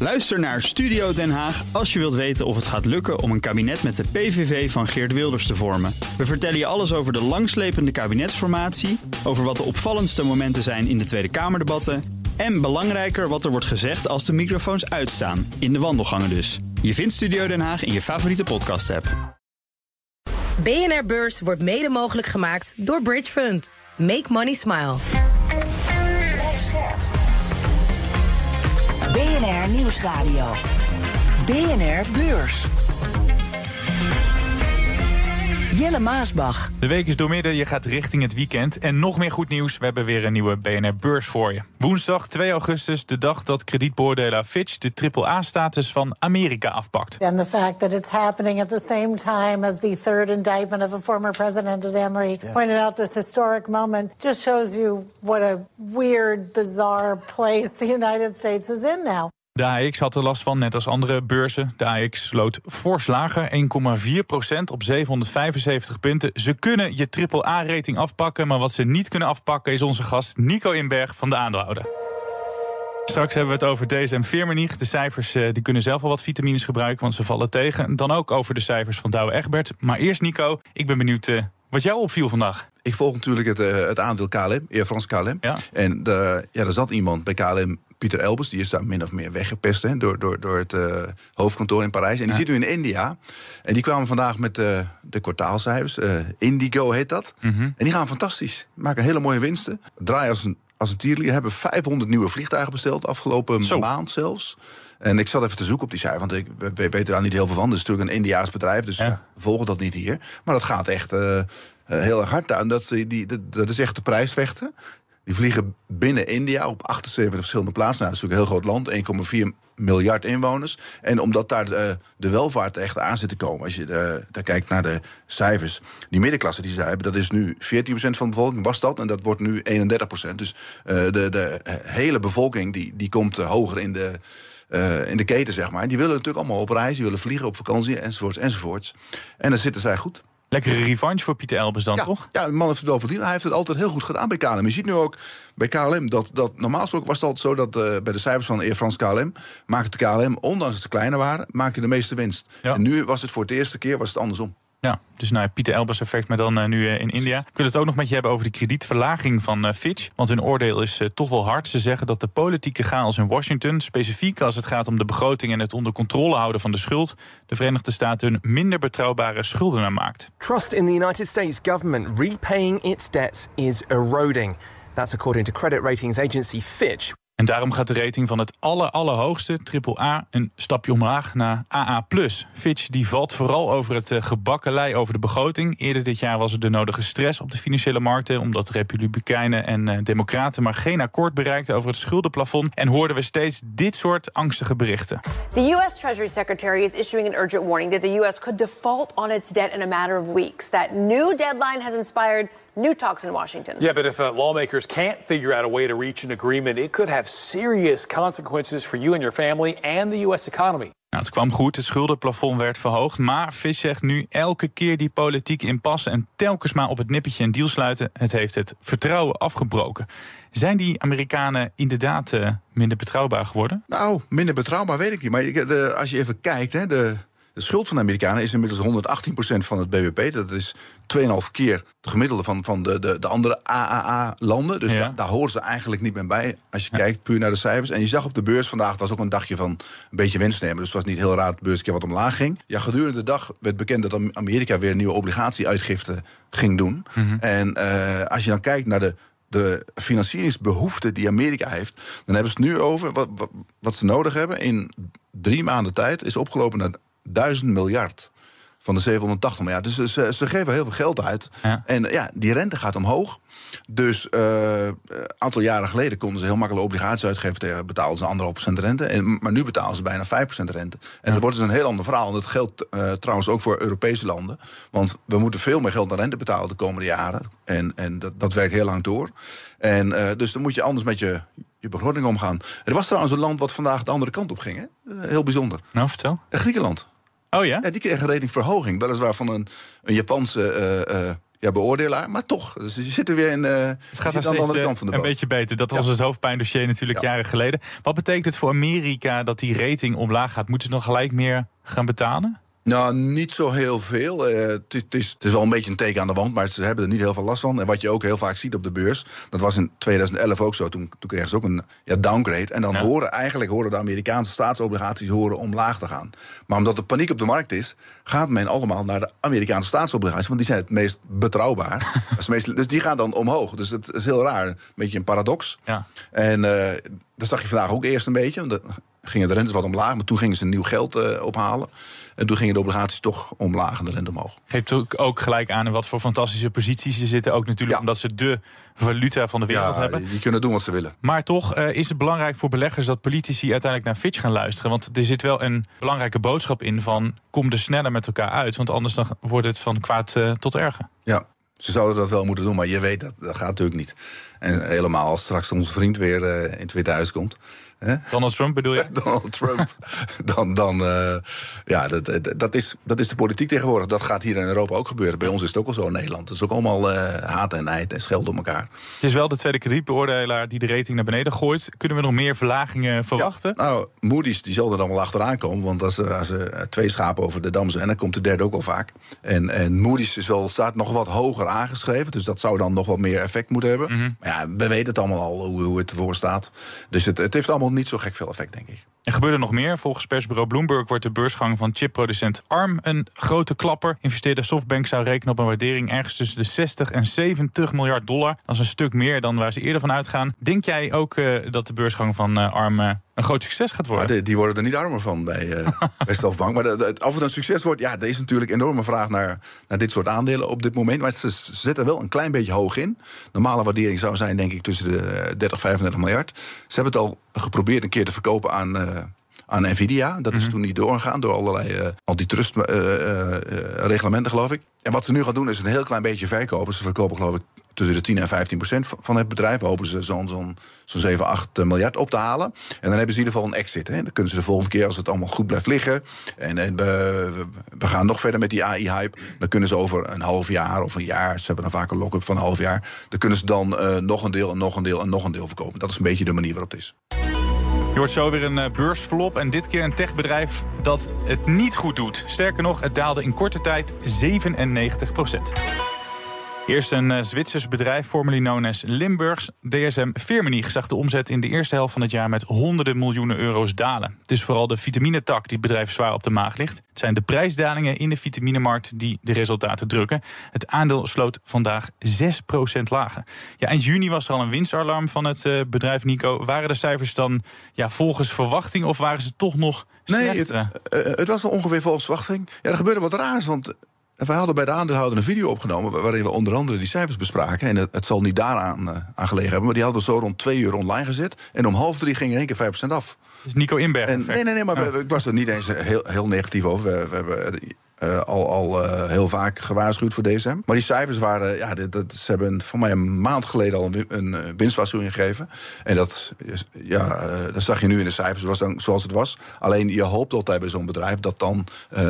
Luister naar Studio Den Haag als je wilt weten of het gaat lukken om een kabinet met de PVV van Geert Wilders te vormen. We vertellen je alles over de langslepende kabinetsformatie, over wat de opvallendste momenten zijn in de Tweede Kamerdebatten en belangrijker wat er wordt gezegd als de microfoons uitstaan, in de wandelgangen dus. Je vindt Studio Den Haag in je favoriete podcast-app. BNR Beurs wordt mede mogelijk gemaakt door Bridge Fund. Make money smile. BNR Nieuwsradio. BNR Beurs. Jelle Maasbach. De week is doormidden, je gaat richting het weekend. En nog meer goed nieuws, we hebben weer een nieuwe BNR Beurs voor je. Woensdag 2 augustus, de dag dat kredietbeoordelaar Fitch de AAA-status van Amerika afpakt. And the fact that it's happening at the same time as the third indictment of a former president, as Anne-Marie pointed out, this historic moment just shows you what a weird, bizarre place the United States is in now. De AX had er last van, net als andere beurzen. De AX sloot fors lager, 1,4% op 775 punten. Ze kunnen je AAA-rating afpakken, maar wat ze niet kunnen afpakken is onze gast Nico Inberg van de Aandeelhouder. Straks hebben we het over DSM-Firmenich. De cijfers die kunnen zelf wel wat vitamines gebruiken, want ze vallen tegen. Dan ook over de cijfers van Douwe Egberts. Maar eerst Nico, ik ben benieuwd wat jou opviel vandaag. Ik volg natuurlijk het aandeel KLM, Air France KLM. Ja. En er zat iemand bij KLM, Pieter Elbers, die is daar min of meer weggepest door het hoofdkantoor in Parijs. En die zit nu in India. En die kwamen vandaag met de kwartaalcijfers. Indigo heet dat. Mm-hmm. En die gaan fantastisch. Maken hele mooie winsten. Draaien als een tierlier. Hebben 500 nieuwe vliegtuigen besteld, afgelopen maand zelfs. En ik zat even te zoeken op die cijfer, want ik weet daar niet heel veel van. Het is natuurlijk een Indiaas bedrijf, dus we volgen dat niet hier. Maar dat gaat echt heel erg hard aan. Dat is echt de prijsvechten. Die vliegen binnen India op 78 verschillende plaatsen. Nou, dat is natuurlijk een heel groot land, 1,4 miljard inwoners. En omdat daar de welvaart echt aan zit te komen. Als je daar kijkt naar de cijfers. Die middenklasse die ze hebben, dat is nu 14% van de bevolking, was dat. En dat wordt nu 31%. Dus de hele bevolking die komt hoger in de keten, zeg maar. En die willen natuurlijk allemaal op reis. Die willen vliegen, op vakantie, enzovoorts. En dan zitten zij goed. Lekkere revanche voor Pieter Elbers dan, toch? Ja, de man heeft het wel verdiend. Hij heeft het altijd heel goed gedaan bij KLM. Je ziet nu ook bij KLM dat normaal gesproken was het altijd zo dat bij de cijfers van Air France KLM maakte de KLM, ondanks dat ze kleiner waren, maakte de meeste winst. Ja. En nu was het voor de eerste keer andersom. Ja, dus Pieter Elbers effect, maar dan nu in India. Ik wil het ook nog met je hebben over de kredietverlaging van Fitch. Want hun oordeel is toch wel hard. Ze zeggen dat de politieke chaos in Washington, specifiek als het gaat om de begroting en het onder controle houden van de schuld, de Verenigde Staten hun minder betrouwbare schuldenaar maakt. Trust in the United States government repaying its debts is eroding. That's according to credit ratings agency Fitch. En daarom gaat de rating van het allerhoogste, AAA, een stapje omlaag naar AA+. Fitch die valt vooral over het gebakkelei over de begroting. Eerder dit jaar was er de nodige stress op de financiële markten, omdat Republikeinen en Democraten maar geen akkoord bereikten over het schuldenplafond. En hoorden we steeds dit soort angstige berichten. The US Treasury Secretary is issuing an urgent warning that the US could default on its debt in a matter of weeks. That new deadline has inspired new talks in Washington. Yeah, but if lawmakers can't figure out a way to reach an agreement, it could have serious consequences for you and your family and the US economy. Nou, het kwam goed, het schuldenplafond werd verhoogd, maar Fitch zegt nu elke keer die politiek inpassen en telkens maar op het nippertje een deal sluiten, het heeft het vertrouwen afgebroken. Zijn die Amerikanen inderdaad minder betrouwbaar geworden? Nou, minder betrouwbaar weet ik niet, maar als je even kijkt, hè, de schuld van de Amerikanen is inmiddels 118% van het BBP. Dat is 2,5 keer het gemiddelde van de andere AAA-landen. Dus daar horen ze eigenlijk niet meer bij als je kijkt puur naar de cijfers. En je zag op de beurs vandaag, was ook een dagje van een beetje winst nemen. Dus het was niet heel raar dat de beurs een keer wat omlaag ging. Ja, gedurende de dag werd bekend dat Amerika weer een nieuwe obligatieuitgifte ging doen. Mm-hmm. En als je dan kijkt naar de financieringsbehoeften die Amerika heeft, dan hebben ze het nu over wat ze nodig hebben. In 3 maanden tijd is opgelopen naar 1000 miljard van de 780 miljard. Dus ze geven heel veel geld uit. Ja. En die rente gaat omhoog. Dus een aantal jaren geleden konden ze heel makkelijk obligaties uitgeven. Betaalden ze 1,5% rente. Maar nu betalen ze bijna 5% rente. En dat wordt dus een heel ander verhaal. En dat geldt trouwens ook voor Europese landen. Want we moeten veel meer geld aan rente betalen de komende jaren. En dat werkt heel lang door. En dus dan moet je anders met je begroting omgaan. Er was trouwens een land wat vandaag de andere kant op ging. Hè? Heel bijzonder. Nou, vertel. Griekenland. Oh ja? Ja, die kreeg een ratingverhoging. Weliswaar van een Japanse beoordelaar, maar toch. Dus je zit er weer in. Het gaat aan de andere kant van de boot. Een beetje beter. Dat was het hoofdpijndossier natuurlijk jaren geleden. Wat betekent het voor Amerika dat die rating omlaag gaat? Moeten ze nog gelijk meer gaan betalen? Nou, niet zo heel veel. Het is wel een beetje een teken aan de wand, maar ze hebben er niet heel veel last van. En wat je ook heel vaak ziet op de beurs, dat was in 2011 ook zo. Toen kregen ze ook een downgrade. En dan horen de Amerikaanse staatsobligaties omlaag te gaan. Maar omdat er paniek op de markt is, gaat men allemaal naar de Amerikaanse staatsobligaties. Want die zijn het meest betrouwbaar. Dus die gaan dan omhoog. Dus het is heel raar. Een beetje een paradox. Ja. En dat zag je vandaag ook eerst een beetje. Want gingen de rentes wat omlaag, maar toen gingen ze nieuw geld ophalen. En toen gingen de obligaties toch omlaag en de rente omhoog. Geeft ook gelijk aan in wat voor fantastische posities ze zitten. Ook natuurlijk omdat ze de valuta van de wereld hebben. Die kunnen doen wat ze willen. Maar toch is het belangrijk voor beleggers dat politici uiteindelijk naar Fitch gaan luisteren. Want er zit wel een belangrijke boodschap in van kom er sneller met elkaar uit. Want anders dan wordt het van kwaad tot erger. Ja. Ze zouden dat wel moeten doen, maar je weet dat gaat natuurlijk niet. En helemaal als straks onze vriend weer in het Witte Huis komt. Donald Trump bedoel je? Donald Trump. Dat is de politiek tegenwoordig. Dat gaat hier in Europa ook gebeuren. Bij ons is het ook al zo in Nederland. Het is ook allemaal haat en nijd en scheld op elkaar. Het is wel de tweede kredietbeoordelaar die de rating naar beneden gooit. Kunnen we nog meer verlagingen verwachten? Ja, nou, Moody's die zal er dan wel achteraan komen. Want als er twee schapen over de dam zijn, dan komt de derde ook wel vaak. En Moody's staat nog wat hoger aangeschreven. Dus dat zou dan nog wat meer effect moeten hebben. Mm-hmm. Maar ja, we weten het allemaal al hoe het ervoor staat. Dus het heeft allemaal niet zo gek veel effect, denk ik. Er gebeurde nog meer. Volgens persbureau Bloomberg wordt de beursgang van chipproducent ARM een grote klapper. Investeerder SoftBank zou rekenen op een waardering ergens tussen de 60 en 70 miljard dollar. Dat is een stuk meer dan waar ze eerder van uitgaan. Denk jij ook dat de beursgang van ARM een groot succes gaat worden? Ja, die worden er niet armer van bij SoftBank. Maar of het een succes wordt, er is natuurlijk enorme vraag naar dit soort aandelen op dit moment. Maar ze zitten wel een klein beetje hoog in. Normale waardering zou zijn, denk ik, tussen de 30 35 miljard. Ze hebben het al geprobeerd een keer te verkopen aan Nvidia. Dat is toen niet doorgegaan door allerlei antitrust reglementen, geloof ik. En wat ze nu gaan doen is een heel klein beetje verkopen. Ze verkopen, geloof ik, tussen de 10 en 15% van het bedrijf. We hopen ze zo'n 7, 8 miljard op te halen. En dan hebben ze in ieder geval een exit. Dan kunnen ze de volgende keer, als het allemaal goed blijft liggen, en we gaan nog verder met die AI-hype, dan kunnen ze over een half jaar of een jaar, ze hebben dan vaak een lock-up van een half jaar, dan kunnen ze dan nog een deel en nog een deel en nog een deel verkopen. Dat is een beetje de manier waarop het is. Je hoort zo weer een beursflop en dit keer een techbedrijf dat het niet goed doet. Sterker nog, het daalde in korte tijd 97%. Eerst een Zwitsers bedrijf, formerly known as Limburgs. DSM Firmenich zag de omzet in de eerste helft van het jaar met honderden miljoenen euro's dalen. Het is vooral de vitaminetak die het bedrijf zwaar op de maag ligt. Het zijn de prijsdalingen in de vitaminemarkt die de resultaten drukken. Het aandeel sloot vandaag 6% lager. Ja, eind juni was er al een winstalarm van het bedrijf, Nico. Waren de cijfers dan volgens verwachting of waren ze toch nog slechter? Nee, het was wel ongeveer volgens verwachting. Ja, er gebeurde wat raars, want wij hadden bij de aandeelhouder een video opgenomen waarin we onder andere die cijfers bespraken. En het zal niet daaraan gelegen hebben, maar die hadden we zo rond 2 uur online gezet. En om 2:30 ging in één keer 5% af. Dus Nico Inberg. Nee, maar ik was er niet eens heel negatief over. We hebben al heel vaak gewaarschuwd voor DSM. Maar die cijfers waren, ze hebben voor mij een maand geleden al een winstwaarschuwing gegeven. En dat zag je nu in de cijfers, was dan zoals het was. Alleen je hoopt altijd bij zo'n bedrijf dat dan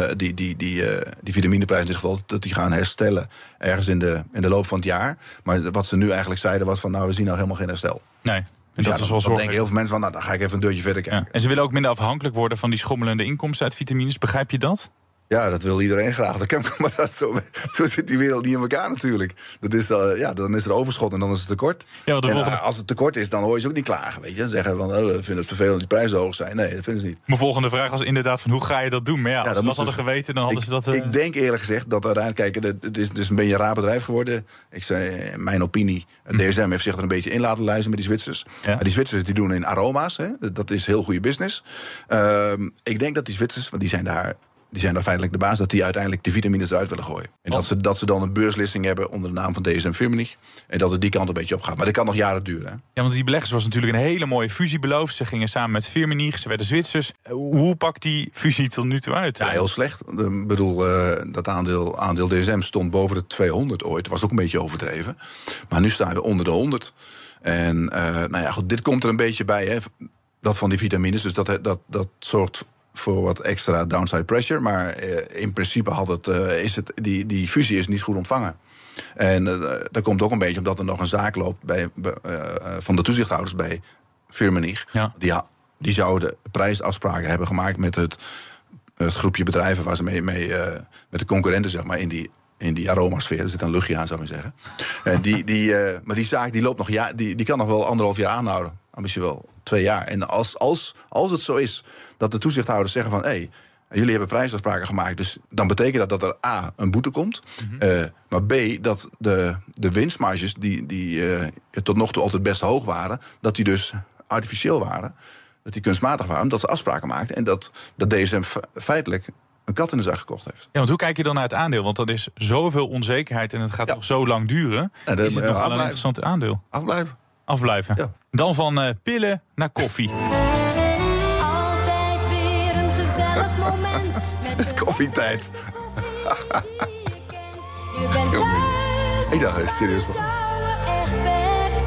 die vitamineprijzen in dit geval, dat die gaan herstellen ergens in de loop van het jaar. Maar wat ze nu eigenlijk zeiden was van, we zien nou helemaal geen herstel. Nee. Dus dan denken heel veel mensen van, dan ga ik even een deurtje verder kijken. Ja. En ze willen ook minder afhankelijk worden van die schommelende inkomsten uit vitamines. Begrijp je dat? Ja, dat wil iedereen graag. Dat kan, maar zo zit die wereld niet in elkaar natuurlijk. Dat is, dan is er overschot en dan is het tekort. Ja, als het tekort is, dan hoor je ze ook niet klagen. Weet je? Dan zeggen van, we vinden het vervelend dat die prijzen hoog zijn. Nee, dat vinden ze niet. Mijn volgende vraag was inderdaad van, hoe ga je dat doen? Maar als ze dat hadden geweten, dan hadden ze dat... Ik denk eerlijk gezegd dat uiteindelijk, kijk, het is dus een beetje een raar bedrijf geworden. Ik zei, mijn opinie, DSM heeft zich er een beetje in laten luisteren met die Zwitsers. Ja. Maar die Zwitsers die doen in aroma's, dat is heel goede business. Ik denk dat die Zwitsers, want die zijn daar feitelijk de baas, dat die uiteindelijk de vitamines eruit willen gooien. En dat ze dan een beurslisting hebben onder de naam van DSM Firmenich. En dat het die kant een beetje op gaat. Maar dat kan nog jaren duren. Hè? Ja, want die beleggers was natuurlijk een hele mooie fusie beloofd. Ze gingen samen met Firmenich, ze werden Zwitsers. Hoe pakt die fusie tot nu toe uit? Ja, heel slecht. Ik bedoel, dat aandeel DSM stond boven de 200 ooit. Dat was ook een beetje overdreven. Maar nu staan we onder de 100. En goed, dit komt er een beetje bij, hè, dat van die vitamines. Dus dat zorgt voor wat extra downside pressure. Maar in principe die fusie is niet goed ontvangen. En dat komt ook een beetje omdat er nog een zaak loopt van de toezichthouders bij Firmenich. Ja. Die zouden prijsafspraken hebben gemaakt met het groepje bedrijven waar ze mee met de concurrenten, zeg maar, in die aromasfeer. Er zit een luchtje aan, zou ik zeggen. Maar die zaak die loopt nog die kan nog wel 1,5 jaar aanhouden. Misschien wel 2 jaar. En als het zo is dat de toezichthouders zeggen van jullie hebben prijsafspraken gemaakt, dus dan betekent dat er A, een boete komt. Maar B, dat de winstmarges die tot nog toe altijd best hoog waren, dat die dus artificieel waren. Dat die kunstmatig waren, omdat ze afspraken maakten. En dat DSM feitelijk een kat in de zak gekocht heeft. Ja, want hoe kijk je dan naar het aandeel? Want er is zoveel onzekerheid en het gaat nog zo lang duren. Ja, is het nog wel een interessant aandeel? Afblijven. Ja. Dan van pillen naar koffie. Altijd weer een gezellig moment. Het is koffietijd. Je bent thuis. Ik dacht, het is serieus. Douwe Egberts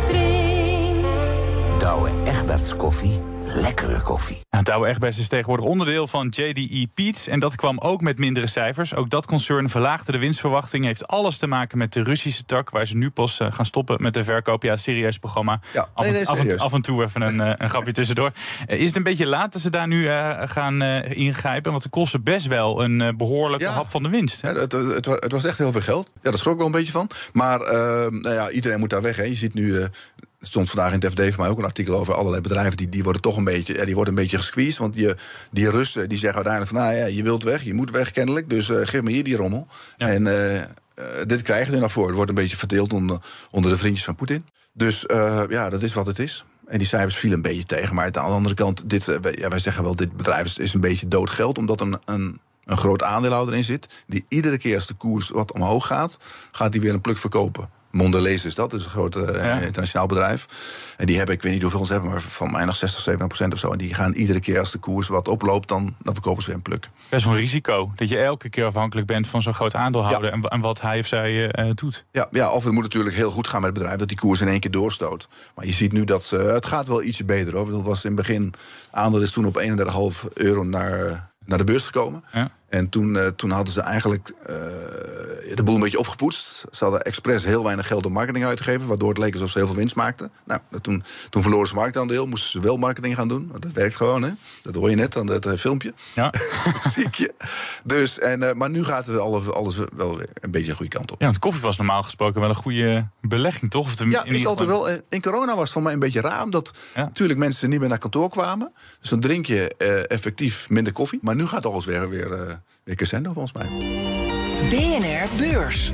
drinkt. Douwe Egberts koffie. Lekkere koffie. Douwe Egberts is tegenwoordig onderdeel van JDE Peets. En dat kwam ook met mindere cijfers. Ook dat concern verlaagde de winstverwachting. Heeft alles te maken met de Russische tak, waar ze nu pas gaan stoppen met de verkoop. Ja, serieus programma. Ja, af en toe even een grapje tussendoor. Is het een beetje laat dat ze daar nu gaan ingrijpen? Want het kostte best wel een behoorlijke hap van de winst. Ja, het was echt heel veel geld. Ja, daar schrok ik wel een beetje van. Maar iedereen moet daar weg. Hè. Je ziet nu... Er stond vandaag in het FD voor mij ook een artikel over allerlei bedrijven. Die worden toch een beetje gesqueezed. Want die Russen die zeggen uiteindelijk van... je wilt weg, je moet weg kennelijk. Dus geef me hier die rommel. Ja. En dit krijgen we nog voor. Het wordt een beetje verdeeld onder de vriendjes van Poetin. Dus dat is wat het is. En die cijfers vielen een beetje tegen. Maar aan de andere kant, wij zeggen wel... dit bedrijf is een beetje dood geld. Omdat een groot aandeelhouder in zit. Die iedere keer als de koers wat omhoog gaat die weer een pluk verkopen. Mondelez is dat, is een groot internationaal bedrijf. En die hebben, ik weet niet hoeveel ze hebben, maar van mij nog 60-70% of zo. En die gaan iedere keer als de koers wat oploopt, dan verkopen ze weer een pluk. Best wel een risico, dat je elke keer afhankelijk bent van zo'n groot aandeelhouder en wat hij of zij doet. Ja, of het moet natuurlijk heel goed gaan met het bedrijf, dat die koers in één keer doorstoot. Maar je ziet nu dat het gaat wel ietsje beter, hoor. Dat was in het begin, aandeel is toen op €31,5 naar de beurs gekomen. Ja. En toen hadden ze eigenlijk de boel een beetje opgepoetst. Ze hadden expres heel weinig geld om marketing uit te geven, waardoor het leek alsof ze heel veel winst maakten. Nou, toen verloren ze marktaandeel, moesten ze wel marketing gaan doen. Dat werkt gewoon, hè. Dat hoor je net aan dat filmpje. Ja. Ziekje. Dus, maar nu gaat het alles wel weer een beetje de goede kant op. Ja, want koffie was normaal gesproken wel een goede belegging, toch? Is altijd wel. In corona was het voor mij een beetje raar, omdat natuurlijk mensen niet meer naar kantoor kwamen. Dus dan drink je effectief minder koffie. Maar nu gaat alles weer crescendo, volgens mij. BNR Beurs.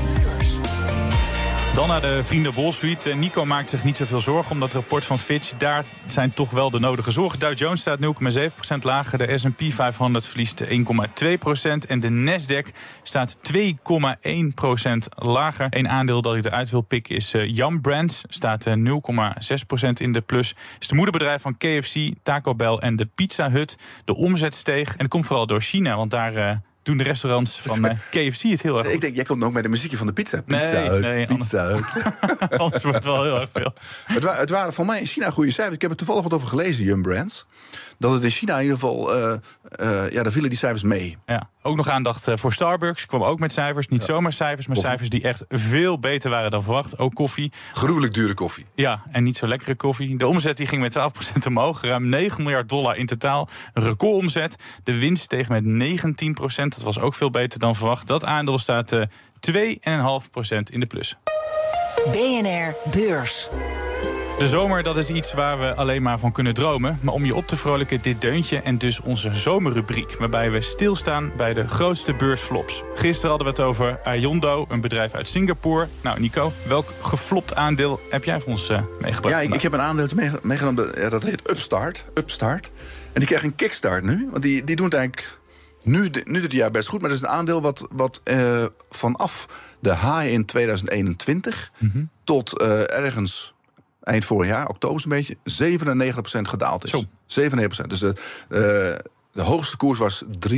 Dan naar de vrienden Wall Street. Nico maakt zich niet zoveel zorgen om dat rapport van Fitch. Daar zijn toch wel de nodige zorgen. Dow Jones staat 0,7% lager. De S&P 500 verliest 1,2%. En de Nasdaq staat 2,1% lager. Een aandeel dat ik eruit wil pikken is Yum Brands. Staat 0,6% in de plus. Is de moederbedrijf van KFC, Taco Bell en de Pizza Hut. De omzet steeg. En dat komt vooral door China, want daar... doen de restaurants van KFC het heel erg goed. Ik denk, jij komt ook met de muziekje van de pizza. Pizza Hut. Anders wordt het wel heel erg veel. Het waren voor mij in China goede cijfers. Ik heb er toevallig wat over gelezen, Yum Brands. Dat het in China in ieder geval... daar vielen die cijfers mee. Ja. Ook nog aandacht voor Starbucks. Kwam ook met cijfers. Niet zomaar cijfers, maar cijfers die echt veel beter waren dan verwacht. Ook koffie. Gruwelijk dure koffie. Ja, en niet zo lekkere koffie. De omzet die ging met 12% omhoog. Ruim $9 miljard in totaal. Een recordomzet. De winst steeg met 19%. Dat was ook veel beter dan verwacht. Dat aandeel staat 2,5% in de plus. BNR Beurs. De zomer, dat is iets waar we alleen maar van kunnen dromen. Maar om je op te vrolijken, dit deuntje en dus onze zomerrubriek... waarbij we stilstaan bij de grootste beursflops. Gisteren hadden we het over Ayondo, een bedrijf uit Singapore. Nou, Nico, welk geflopt aandeel heb jij voor ons meegebracht? Ja, ik heb een aandeel meegenomen, dat heet Upstart. En die krijgt een kickstart nu, want die doen het eigenlijk... Nu dit jaar best goed, maar dat is een aandeel wat vanaf de high in 2021... tot ergens... eind vorig jaar, oktober een beetje, 97% gedaald is. Zo. 97%. Dus de hoogste koers was $384.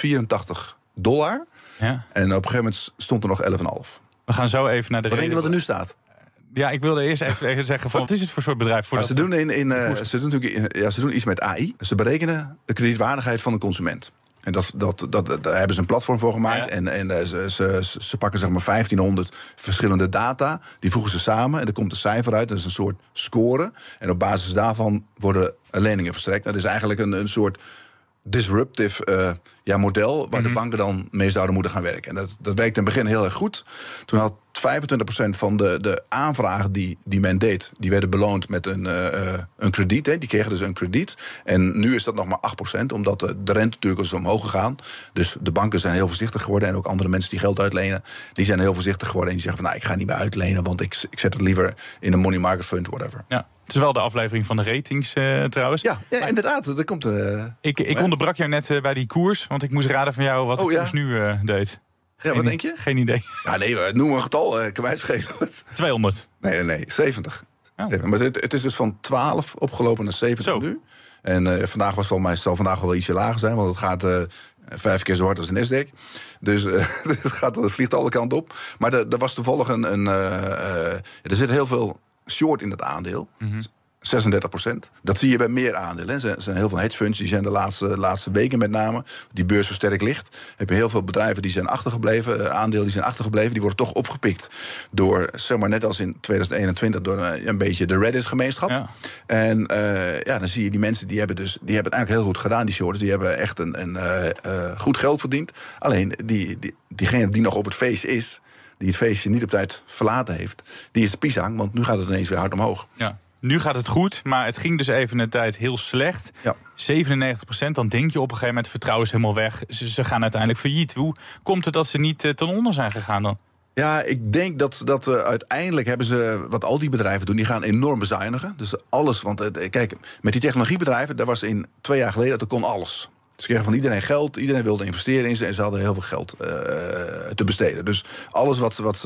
Ja. En op een gegeven moment stond er nog 11,5. We gaan zo even naar de Wat denk je wat er nu staat? Ja, ik wilde eerst even zeggen van wat is het voor soort bedrijf? Ze doen iets met AI. Ze berekenen de kredietwaardigheid van de consument. En daar hebben ze een platform voor gemaakt. Ja. En ze pakken zeg maar 1500 verschillende data. Die voegen ze samen en er komt een cijfer uit. Dat is een soort score. En op basis daarvan worden leningen verstrekt. Dat is eigenlijk een soort disruptive model waar de banken dan mee zouden moeten gaan werken. En dat werkte in het begin heel erg goed. Toen had 25% van de aanvragen die men deed, die werden beloond met een krediet. Hè. Die kregen dus een krediet. En nu is dat nog maar 8%, omdat de rente natuurlijk is omhoog gegaan. Dus de banken zijn heel voorzichtig geworden. En ook andere mensen die geld uitlenen, die zijn heel voorzichtig geworden. En die zeggen van, ik ga niet meer uitlenen, want ik zet het liever in een money market fund, whatever. Ja. Het is wel de aflevering van de ratings trouwens. Ja, inderdaad. Er komt, ik onderbrak jou net bij die koers, want ik moest raden van jou wat de koers nu deed. Wat denk je? Geen idee. Ja, nee, noem een getal. Kan mij schelen. 200. Nee, 70. Oh. Maar het is dus van 12 opgelopen naar 70 nu. En vandaag zal vandaag wel ietsje lager zijn, want het gaat 5 keer zo hard als een Nasdaq. Dus het vliegt alle kanten op. Maar er was toevallig er zit heel veel short in dat aandeel. 36%. Dat zie je bij meer aandelen. Er zijn heel veel hedge funds, die zijn de laatste weken met name, die beurs zo sterk ligt, heb je heel veel bedrijven die zijn achtergebleven, aandelen die zijn achtergebleven, die worden toch opgepikt door, zeg maar net als in 2021, door een beetje de Reddit-gemeenschap. Ja. En dan zie je die mensen, die hebben het eigenlijk heel goed gedaan, die shorts. Die hebben echt een goed geld verdiend. Alleen, diegene die nog op het feestje is, die het feestje niet op tijd verlaten heeft, die is de pisang, want nu gaat het ineens weer hard omhoog. Ja. Nu gaat het goed, maar het ging dus even een tijd heel slecht. Ja. 97%, dan denk je op een gegeven moment, vertrouwen is helemaal weg. Ze gaan uiteindelijk failliet. Hoe komt het dat ze niet ten onder zijn gegaan dan? Ja, ik denk dat uiteindelijk hebben ze, wat al die bedrijven doen, die gaan enorm bezuinigen. Dus alles, want kijk, met die technologiebedrijven, daar was in 2 jaar geleden, dat kon alles. Ze kregen van iedereen geld, iedereen wilde investeren in ze en ze hadden heel veel geld te besteden. Dus alles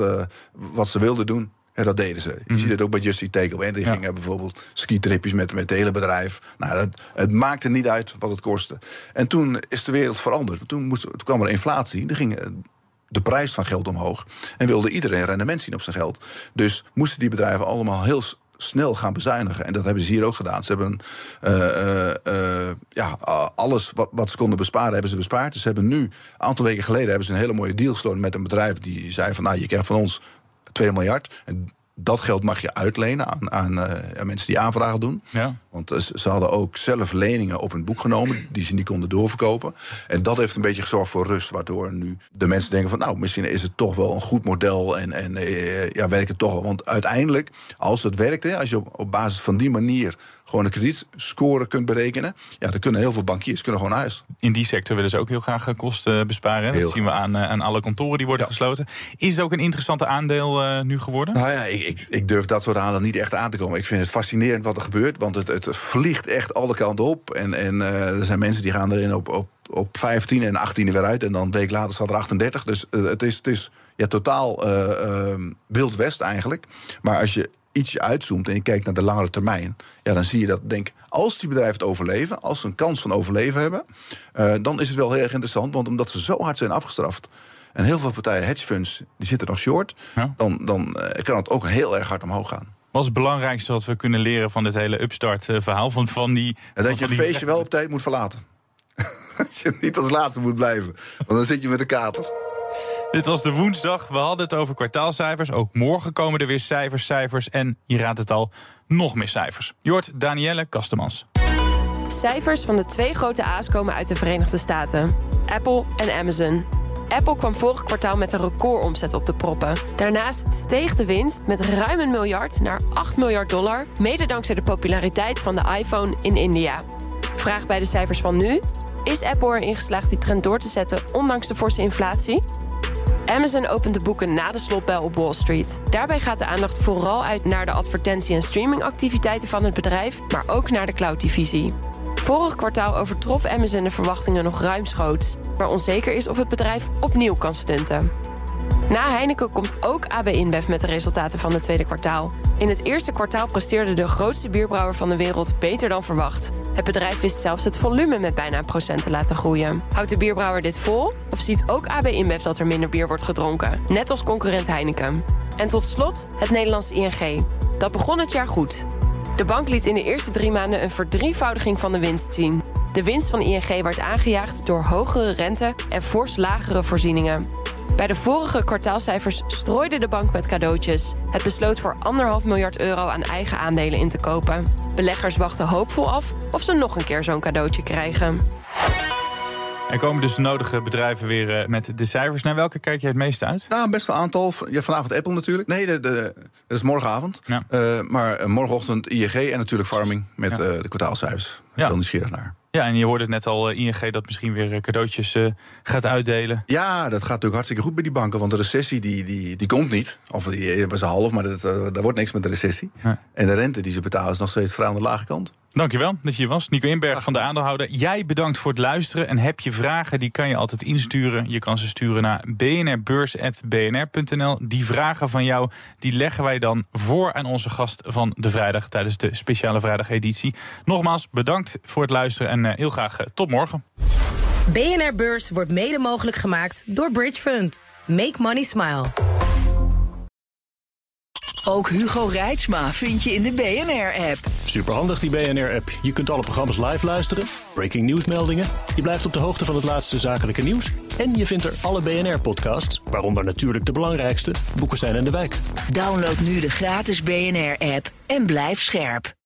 wat ze wilden doen, dat deden ze. Je ziet het ook bij Just Eat Takeaway. Die gingen bijvoorbeeld skitripjes met het hele bedrijf. Nou, het maakte niet uit wat het kostte. En toen is de wereld veranderd. Toen kwam er inflatie. Er ging de prijs van geld omhoog. En wilde iedereen rendement zien op zijn geld. Dus moesten die bedrijven allemaal heel snel gaan bezuinigen. En dat hebben ze hier ook gedaan. Ze hebben alles wat ze konden besparen, hebben ze bespaard. Dus ze hebben nu, een aantal weken geleden, hebben ze een hele mooie deal gesloten met een bedrijf die zei van, je krijgt van ons 2 miljard. En dat geld mag je uitlenen aan mensen die aanvragen doen. Ja. Want ze hadden ook zelf leningen op hun boek genomen die ze niet konden doorverkopen. En dat heeft een beetje gezorgd voor rust, waardoor nu de mensen denken van, misschien is het toch wel een goed model en werkt het toch wel. Want uiteindelijk, als het werkt, als je op basis van die manier gewoon een kredietscore kunt berekenen, dan kunnen heel veel bankiers gewoon naar huis. In die sector willen ze ook heel graag kosten besparen. Dat zien we aan alle kantoren die worden gesloten. Is het ook een interessante aandeel nu geworden? Nou ja, ik durf dat soort aandelen niet echt aan te komen. Ik vind het fascinerend wat er gebeurt, want het vliegt echt alle kanten op. En er zijn mensen die gaan erin op 15 en 18 weer uit. En dan een week later staat er 38. Dus het is totaal Wild West eigenlijk. Maar als je ietsje uitzoomt en je kijkt naar de langere termijn, dan zie je dat, als die bedrijven het overleven, als ze een kans van overleven hebben, dan is het wel heel erg interessant. Want omdat ze zo hard zijn afgestraft en heel veel partijen, hedge funds, die zitten nog short, dan kan het ook heel erg hard omhoog gaan. Wat is het belangrijkste wat we kunnen leren van dit hele Upstart-verhaal? Van die, dat je een feestje wel op tijd moet verlaten. Dat je niet als laatste moet blijven, want dan zit je met een kater. Dit was de woensdag. We hadden het over kwartaalcijfers. Ook morgen komen er weer cijfers. En je raadt het al, nog meer cijfers. Je hoort Danielle Kastemans. Cijfers van de 2 grote A's komen uit de Verenigde Staten. Apple en Amazon. Apple kwam vorig kwartaal met een recordomzet op de proppen. Daarnaast steeg de winst met ruim $1 miljard naar $8 miljard... mede dankzij de populariteit van de iPhone in India. Vraag bij de cijfers van nu: is Apple erin geslaagd die trend door te zetten ondanks de forse inflatie? Amazon opent de boeken na de slotbel op Wall Street. Daarbij gaat de aandacht vooral uit naar de advertentie- en streamingactiviteiten van het bedrijf, maar ook naar de cloud-divisie. Vorig kwartaal overtrof Amazon de verwachtingen nog ruimschoots, maar onzeker is of het bedrijf opnieuw kan stunten. Na Heineken komt ook AB InBev met de resultaten van het tweede kwartaal. In het eerste kwartaal presteerde de grootste bierbrouwer van de wereld beter dan verwacht. Het bedrijf wist zelfs het volume met bijna 1% te laten groeien. Houdt de bierbrouwer dit vol? Of ziet ook AB InBev dat er minder bier wordt gedronken? Net als concurrent Heineken. En tot slot het Nederlandse ING. Dat begon het jaar goed. De bank liet in de eerste 3 maanden een verdrievoudiging van de winst zien. De winst van ING werd aangejaagd door hogere rente en fors lagere voorzieningen. Bij de vorige kwartaalcijfers strooide de bank met cadeautjes. Het besloot voor €1,5 miljard aan eigen aandelen in te kopen. Beleggers wachten hoopvol af of ze nog een keer zo'n cadeautje krijgen. Er komen dus de nodige bedrijven weer met de cijfers. Naar welke kijk je het meeste uit? Nou, best wel een aantal. Ja, vanavond Apple natuurlijk. Nee, dat is morgenavond. Ja. Maar morgenochtend ING en natuurlijk Pharming met de kwartaalcijfers. Ik ben heel nieuwsgierig naar. Ja, en je hoorde het net al, ING dat misschien weer cadeautjes gaat uitdelen. Ja, dat gaat natuurlijk hartstikke goed bij die banken. Want de recessie die komt niet. Of die was half, maar daar wordt niks met de recessie. Ja. En de rente die ze betalen is nog steeds vrij aan de lage kant. Dankjewel dat je hier was. Nico Inberg van de Aandeelhouder. Jij bedankt voor het luisteren. En heb je vragen, die kan je altijd insturen. Je kan ze sturen naar bnrbeurs@bnr.nl. Die vragen van jou, die leggen wij dan voor aan onze gast van de vrijdag tijdens de speciale vrijdageditie. Nogmaals, bedankt voor het luisteren en heel graag tot morgen. BNR Beurs wordt mede mogelijk gemaakt door Bridge Fund. Make money smile. Ook Hugo Reitsma vind je in de BNR-app. Superhandig die BNR-app. Je kunt alle programma's live luisteren, breaking nieuwsmeldingen. Je blijft op de hoogte van het laatste zakelijke nieuws. En je vindt er alle BNR-podcasts, waaronder natuurlijk de belangrijkste, Boekenstein en de Wijk. Download nu de gratis BNR-app en blijf scherp.